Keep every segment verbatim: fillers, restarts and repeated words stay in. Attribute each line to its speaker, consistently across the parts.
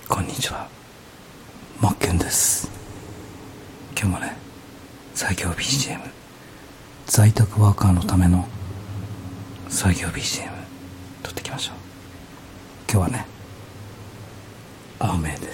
Speaker 1: こんにちは、マッケンです。今日もね、作業 ビージーエム、 在宅ワーカーのための作業 ビージーエム 撮っていきましょう。今日はね、雨です。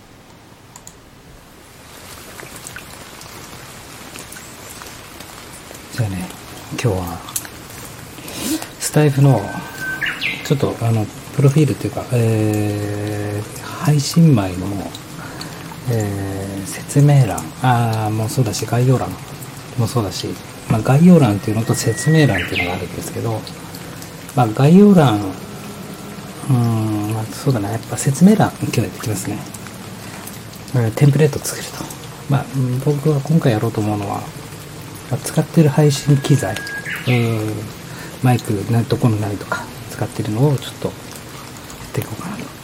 Speaker 1: じゃあね、今日はスタイフのちょっとあのプロフィールというか、えー、配信前の、えー、説明欄あもそうだし概要欄もそうだし、まあ、概要欄っていうのと説明欄っていうのがあるんですけど、まあ、概要欄うーん、まあ、そうだな、やっぱ説明欄今日やってきますね。テンプレートを作ると、まあ、僕は今回やろうと思うのは、まあ、使っている配信機材、えー、マイクどこの何とか使っているのをちょっとやっていこうかなと。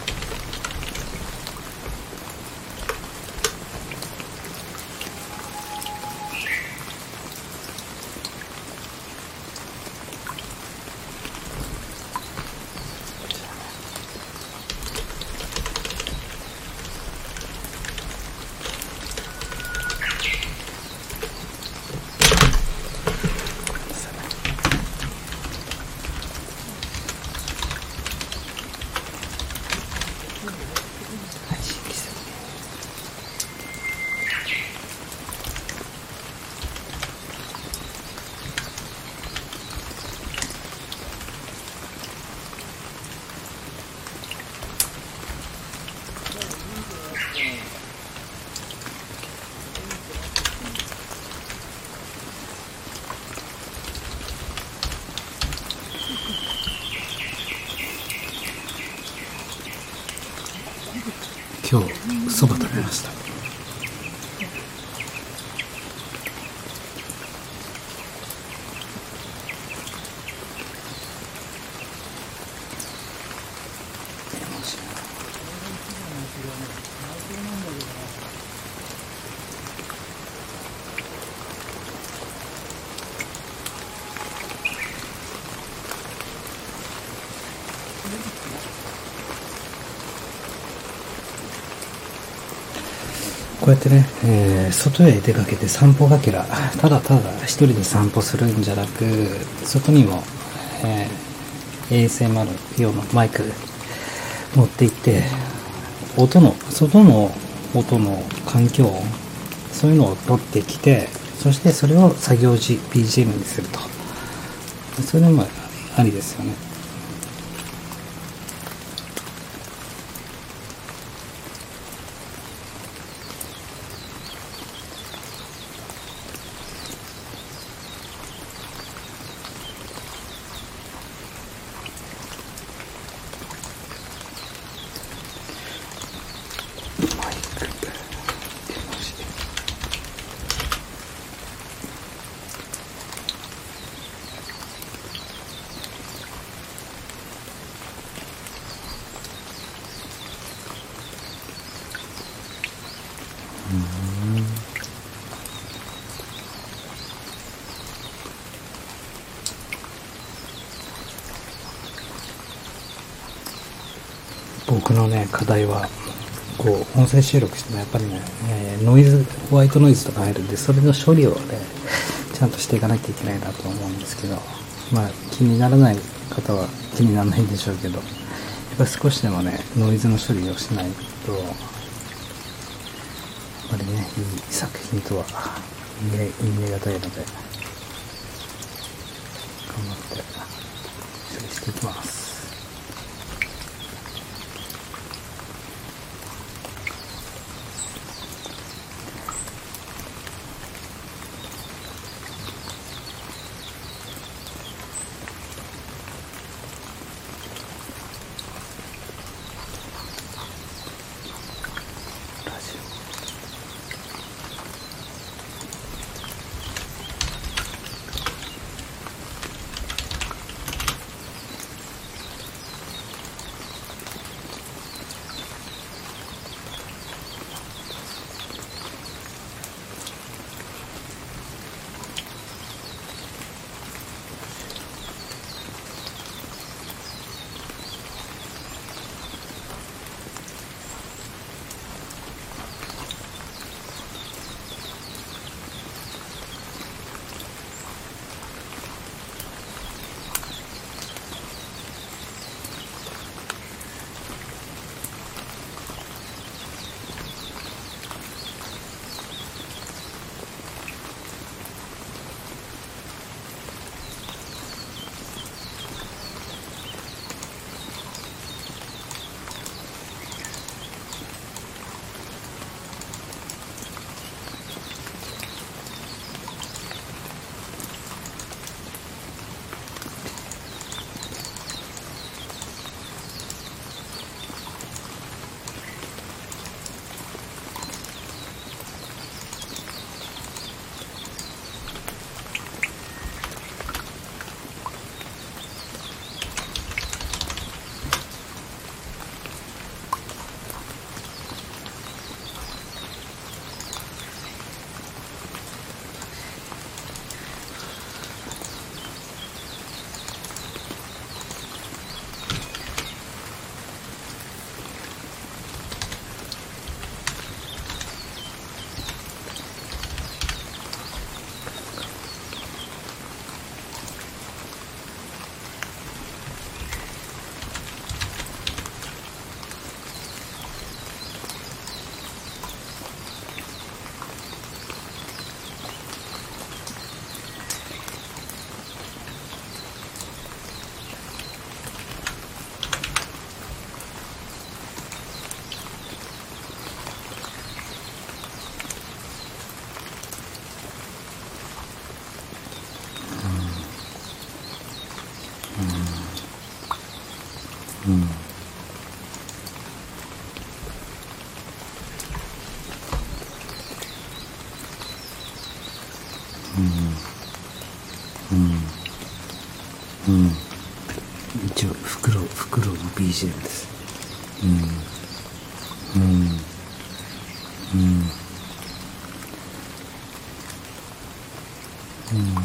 Speaker 1: 今日そば食べました。こうやってね、えー、外へ出かけて散歩がけら、ただただ一人で散歩するんじゃなく、外にも、えー、エーエスエムアール 用のマイク持って行って、音の、外の音の環境音、そういうのを取ってきて、そしてそれを作業時 ビージーエム にすると。それもありですよね。僕のね課題はこう音声収録してもやっぱりね、えー、ノイズホワイトノイズとか入るんで、それの処理をねちゃんとしていかなきゃいけないなと思うんですけど、まあ気にならない方は気にならないんでしょうけど、やっぱ少しでもねノイズの処理をしないとやっぱりねいい作品とは言い難いので、頑張って処理していきます。 うん一応袋袋の ビージーエム ですうんうんうんうん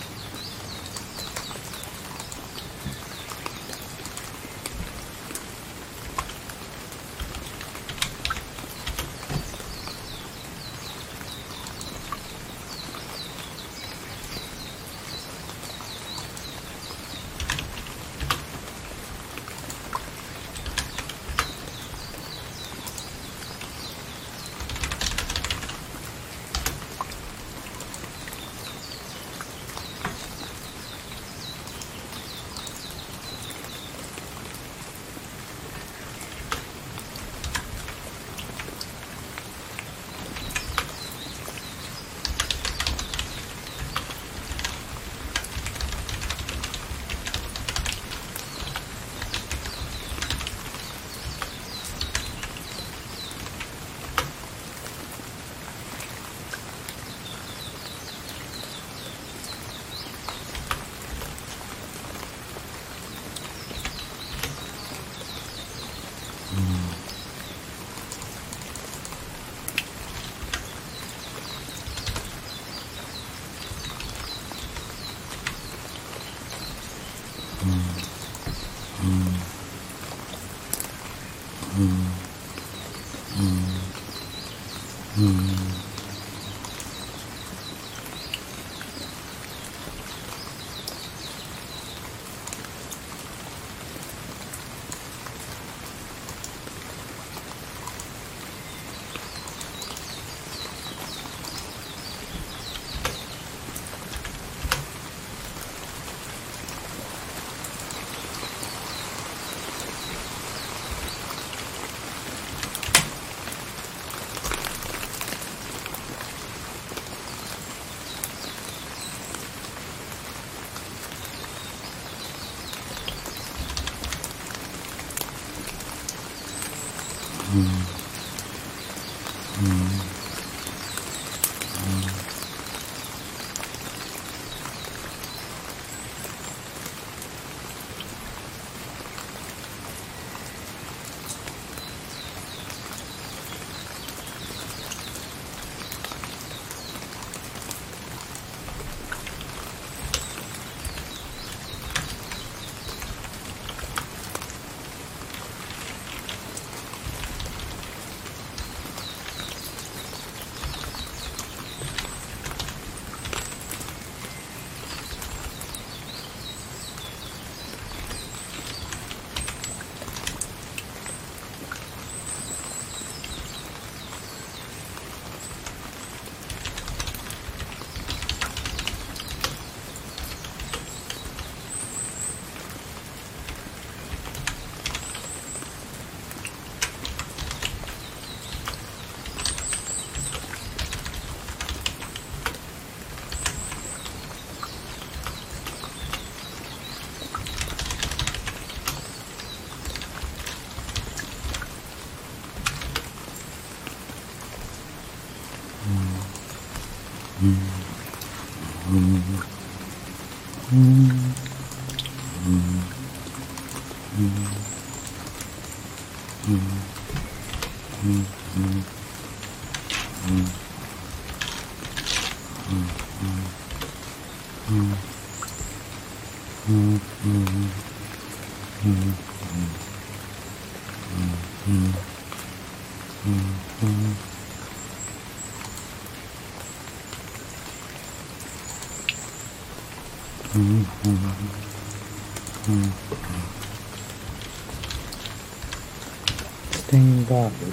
Speaker 1: ステンバーグ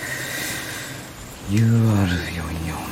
Speaker 1: ユーアールよんじゅうよん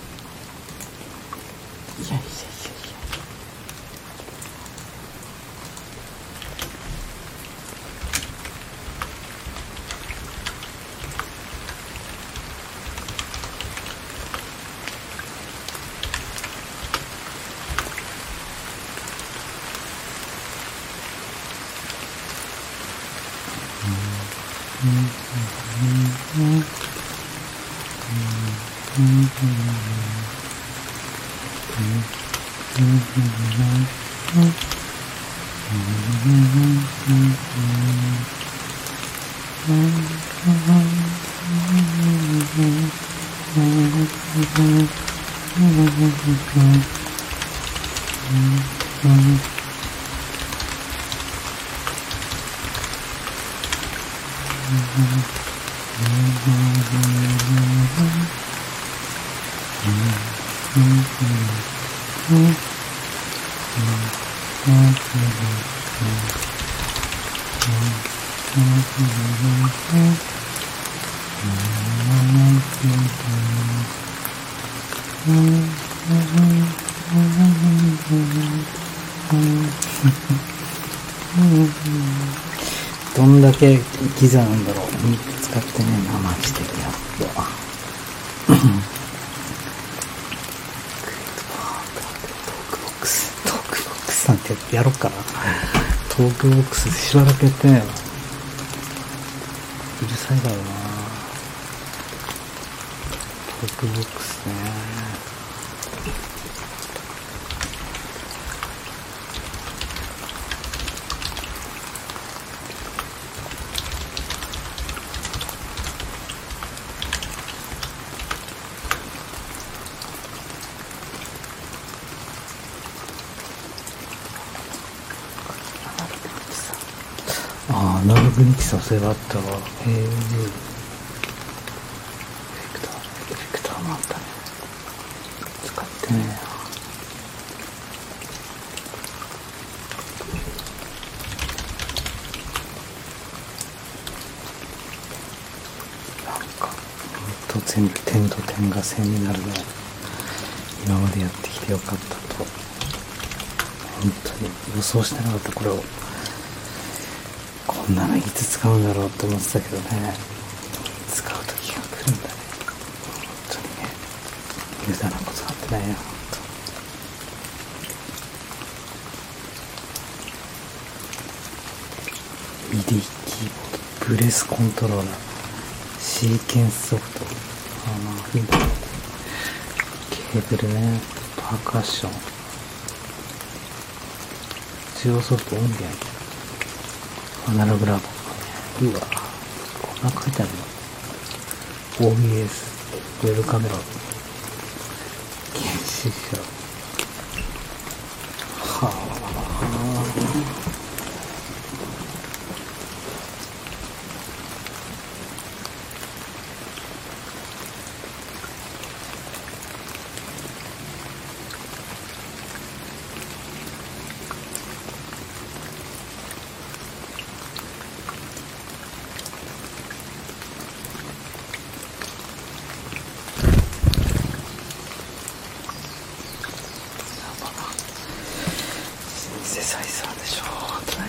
Speaker 1: やいやいやいや。どんだけギザなんだろう。使ってねえな、マジで。やっぱトークボックストークボックスなんてやろっかな。トークボックスでしばらくやってないわ。うるさいだろうな。トークボックスね。アナログミキサー、それがあったわ。へえ。エフェクター、エフェクターもあったね。使ってねえな。なんか、ほんと全部点と点が線になるね。今までやってきてよかったと。本当に予想してなかった、これを。こんなのいつ使うんだろうって思ってたけどね、使う時が来るんだね。本当にね、無駄なことあってないな、本当。ミディ キーボード、ブレスコントローラー、シーケンスソフト、あのフィードケーブルね、パーカッション、中央ソフト、音源、アナログラボ。うわ、こんな書いてあるの。 オービーエス、 ウェブカメラ、原子車。はあ。シンセサイザーでしょ。あと何？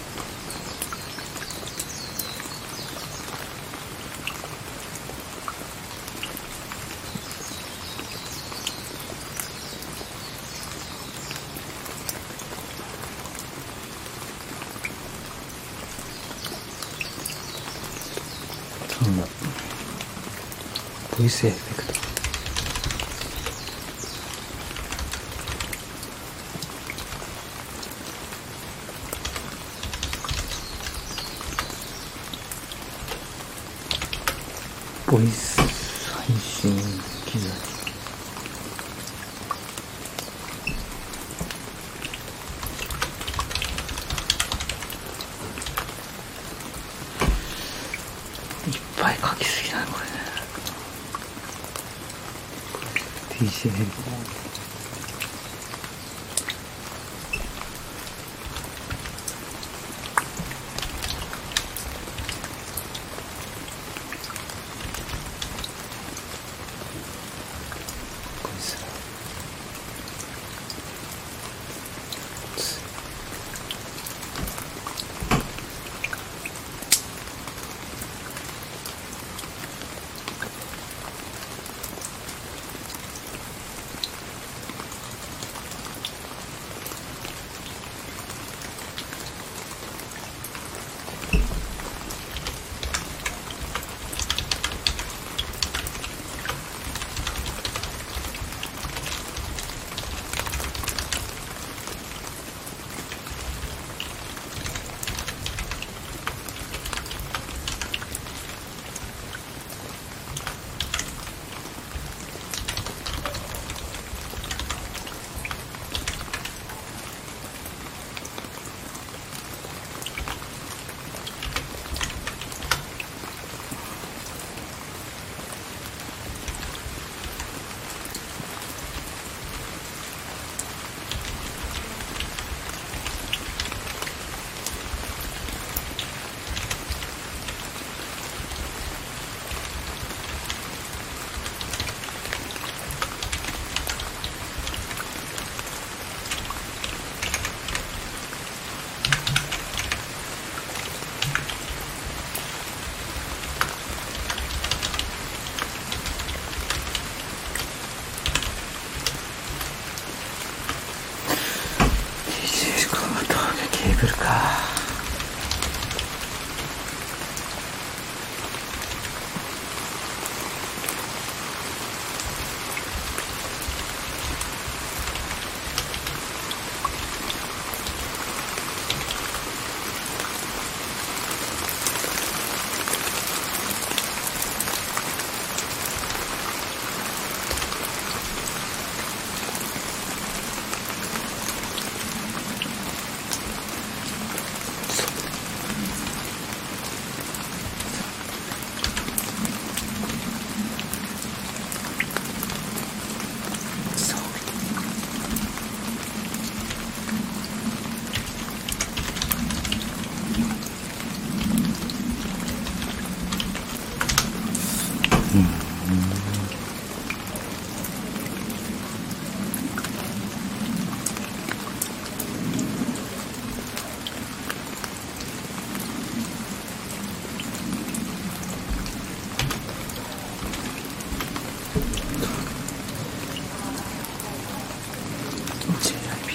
Speaker 1: なんだ。ボイスエフェクト。ボイス配信機材。いっぱい書きすぎだね、これね。ティーシー ヘリコン。 ジェーアイビー。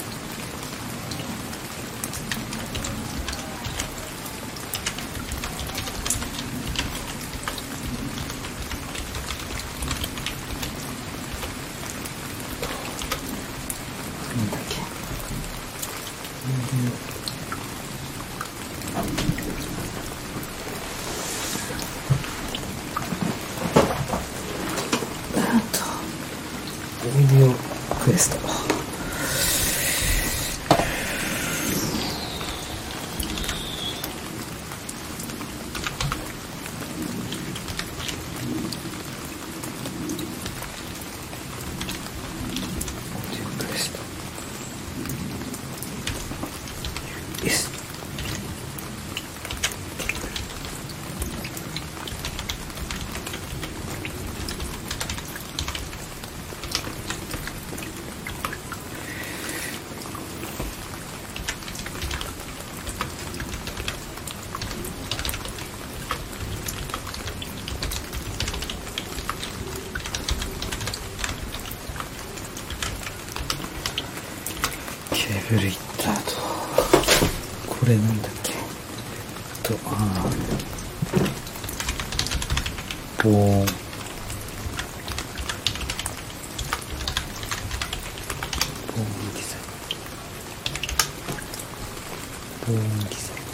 Speaker 1: なんだっけ。あとオーディオクエスト。ケーブルいった後、これなんだっけと、ああ防音防音機材防音機材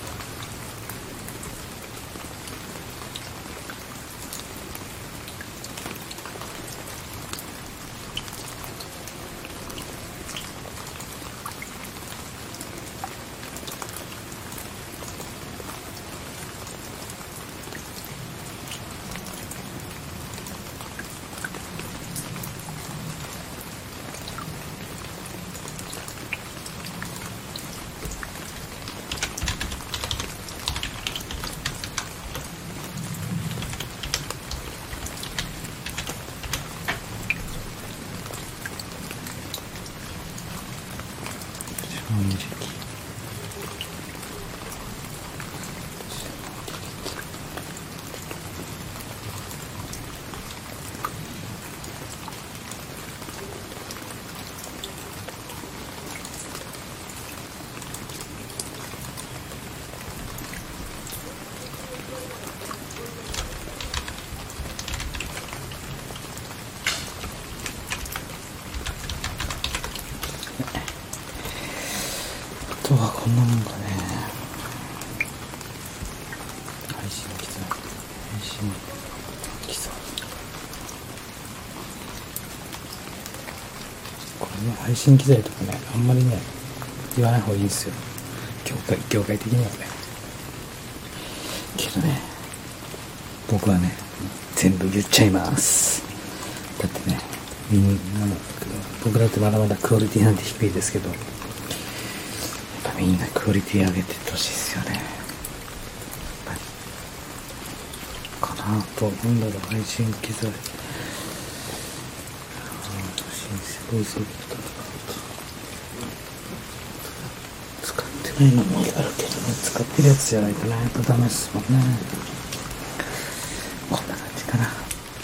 Speaker 1: あとはこんなもんかね。配信機材配信機材これね、配信機材とかね、あんまりね言わない方がいいんですよ、業界業界的にはね。けどね、僕はね全部言っちゃいます。だってね、みんな僕らってまだまだクオリティなんて低いですけど、みんなクオリティ上げていってほしいですよね。かなと。なんだろう、配信機材、シンセボイスオプト使ってないのもあるけどね、使ってるやつじゃないとねダメですもんね。こんな感じかな。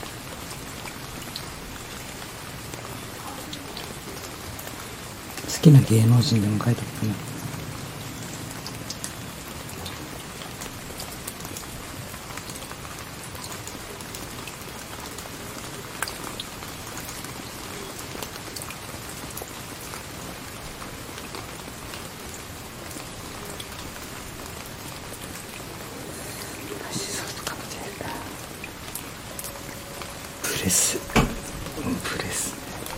Speaker 1: 好きな芸能人でも書いておくかな。プレスプレス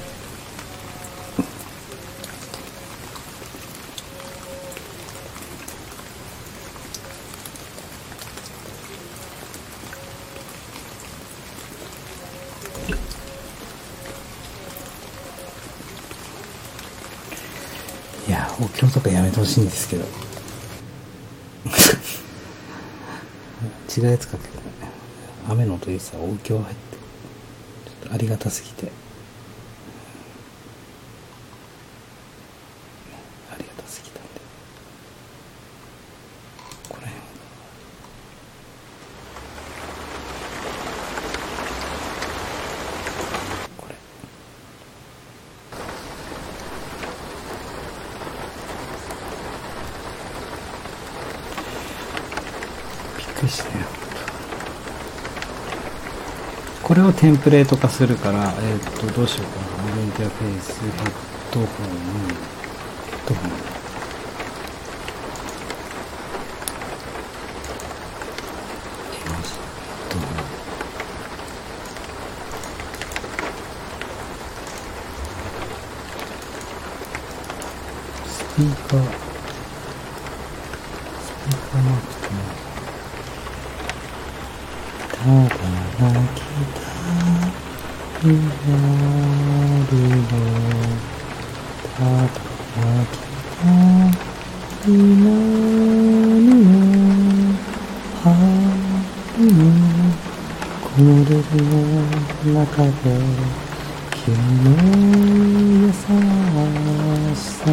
Speaker 1: いや、お経とかやめてほしいんですけど違うやつかけどね、雨の音にさ、お経入ってちょっとありがたすぎて、ね、ありがたすぎたんで、この辺はこれしね。これをテンプレート化するから、えっと、どうしようかな。インターフェース、ヘッドホン、ヘッドホン。スピーカー、スピーカーマークってね。ただ泣きたい夜をただ泣きたいのにも春の木漏れ日の中で君の優しさに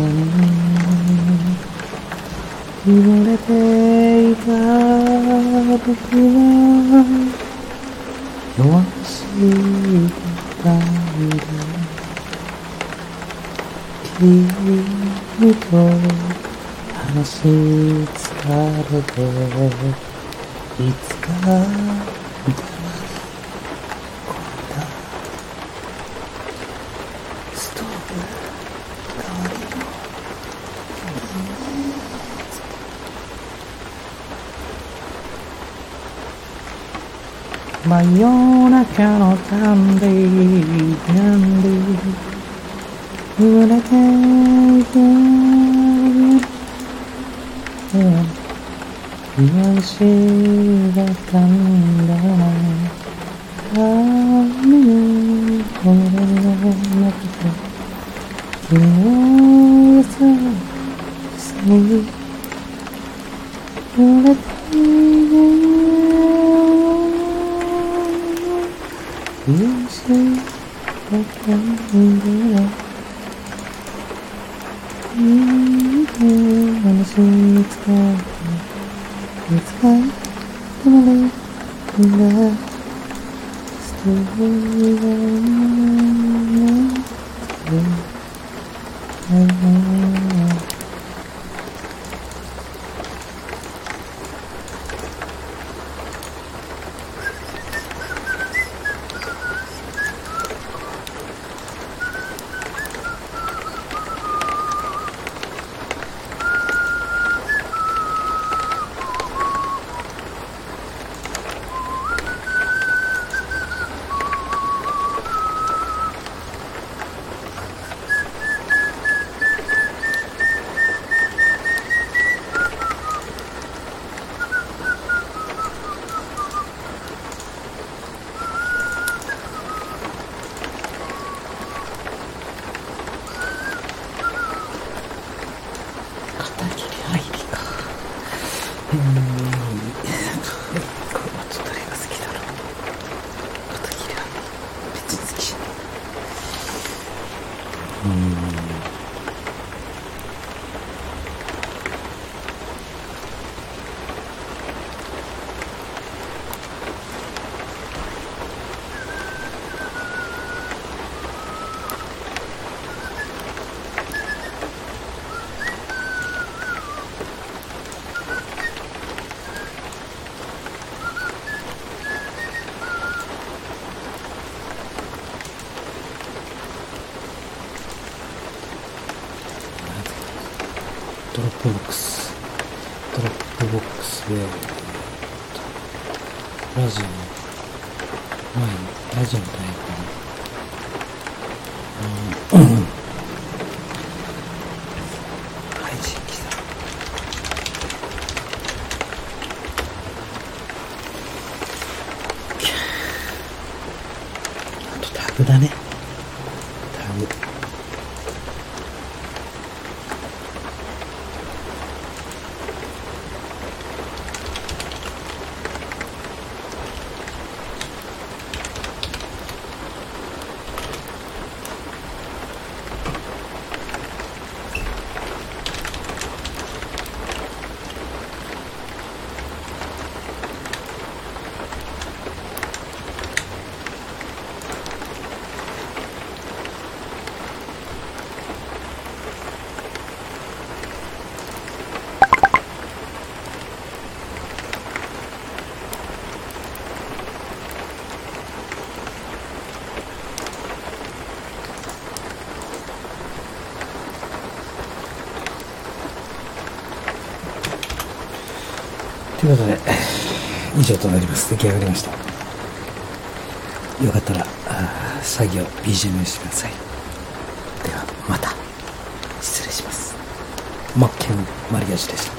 Speaker 1: 言われていた僕は弱しかったんだ君と話し疲れていつか真夜中のキャンディーキャンディー揺れていて癒しだったんだ髪のこの中で君の優しさに揺れていて癒しだったんだ君と話し疲れていつか止まれんだストーリーがドロップボックスドロップボックスでラジオの前にラジオのタイプに配信機だ。あとタグだね。タグということで、以上となります。出来上がりました。よかったら、作業 ビージーエム にしてください。では、また。失礼します。マッケンマリアージュでした。